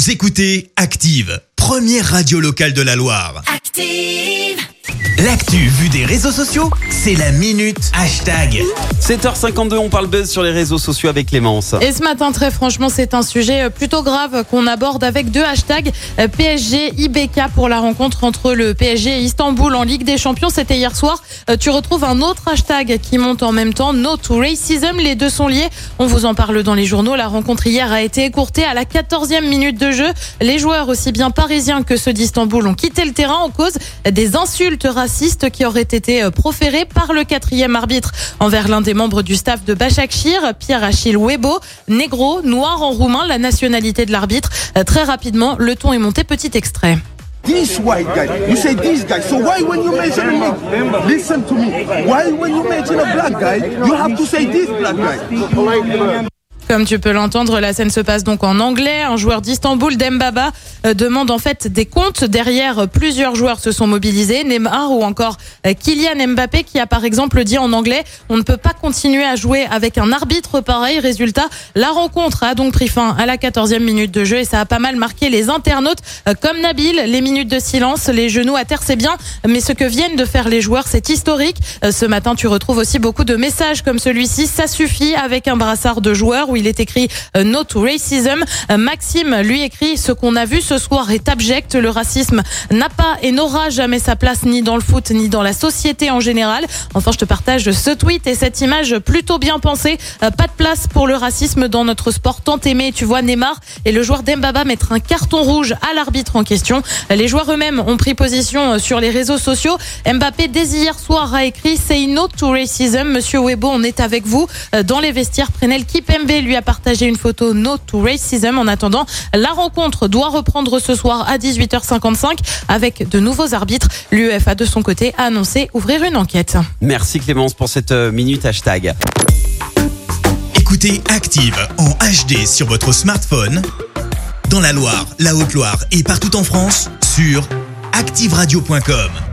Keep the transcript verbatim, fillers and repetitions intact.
Vous écoutez Active, première radio locale de la Loire. Active! L'actu vue des réseaux sociaux, c'est la minute hashtag. sept heures cinquante-deux, on parle buzz sur les réseaux sociaux avec Clémence. Et ce matin, très franchement, c'est un sujet plutôt grave qu'on aborde avec deux hashtags P S G I B K pour la rencontre entre le P S G et Istanbul en Ligue des Champions. C'était hier soir. Tu retrouves un autre hashtag qui monte en même temps, No to Racism. Les deux sont liés. On vous en parle dans les journaux. La rencontre hier a été écourtée à la quatorzième minute de jeu. Les joueurs, aussi bien parisiens que ceux d'Istanbul, ont quitté le terrain en cause des insultes racistes qui auraient été proférées par le quatrième arbitre envers l'un des membres du staff de Başakşehir, Pierre-Achille Webo, négro, noir en roumain, la nationalité de l'arbitre. Très rapidement, le ton est monté. Petit extrait. This white guy, you say this guy. So why when you mention a nigga, listen to me. Why when you mention a black guy, you have to say this black guy. Comme tu peux l'entendre, la scène se passe donc en anglais. Un joueur d'Istanbul, Dembaba, euh, demande en fait des comptes. Derrière, plusieurs joueurs se sont mobilisés. Neymar ou encore euh, Kylian Mbappé qui a par exemple dit en anglais « On ne peut pas continuer à jouer avec un arbitre pareil ». Résultat, la rencontre a donc pris fin à la quatorzième minute de jeu et ça a pas mal marqué les internautes. Euh, comme Nabil, les minutes de silence, les genoux à terre, c'est bien. Mais ce que viennent de faire les joueurs, c'est historique. Euh, ce matin, tu retrouves aussi beaucoup de messages comme celui-ci. Ça suffit, avec un brassard de joueurs où il est écrit euh, No to Racism. Euh, Maxime lui écrit: ce qu'on a vu ce soir est abject. Le racisme n'a pas et n'aura jamais sa place ni dans le foot ni dans la société en général. Enfin, je te partage ce tweet et cette image plutôt bien pensée. Euh, pas de place pour le racisme dans notre sport tant aimé. Tu vois Neymar et le joueur Dembaba mettre un carton rouge à l'arbitre en question. Les joueurs eux-mêmes ont pris position sur les réseaux sociaux. Mbappé dès hier soir a écrit Say no to racism. Monsieur Webo, on est avec vous. Euh, dans les vestiaires, Prenel Kipembe lui a partagé une photo No to Racism. En attendant, la rencontre doit reprendre ce soir à dix-huit heures cinquante-cinq avec de nouveaux arbitres. L'UEFA de son côté a annoncé ouvrir une enquête. Merci Clémence pour cette minute hashtag. Écoutez Active en H D sur votre smartphone, dans la Loire, la Haute-Loire et partout en France, sur active radio point com.